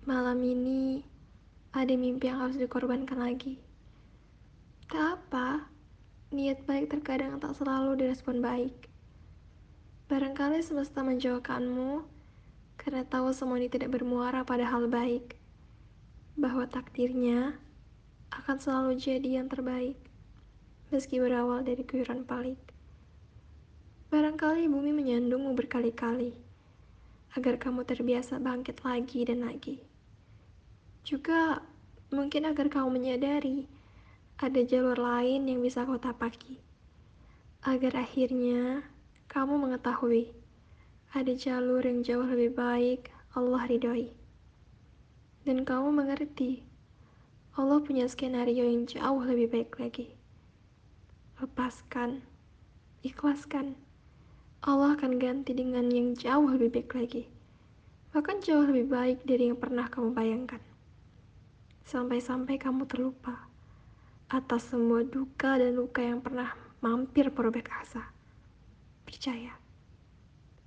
Malam ini ada mimpi yang harus dikorbankan lagi. Tak apa, niat baik terkadang tak selalu direspon baik. Barangkali semesta menjauhkanmu karena tahu semua ini tidak bermuara pada hal baik. Bahwa takdirnya akan selalu jadi yang terbaik, meski berawal dari guyuran palik. Barangkali bumi menyandungmu berkali-kali, agar kamu terbiasa bangkit lagi dan lagi. Juga mungkin agar kamu menyadari ada jalur lain yang bisa kau tapaki. Agar akhirnya kamu mengetahui ada jalur yang jauh lebih baik Allah ridhoi. Dan kamu mengerti Allah punya skenario yang jauh lebih baik lagi. Lepaskan, ikhlaskan. Allah akan ganti dengan yang jauh lebih baik lagi. Bahkan jauh lebih baik dari yang pernah kamu bayangkan. Sampai-sampai kamu terlupa atas semua duka dan luka yang pernah mampir merobek asa. Percaya.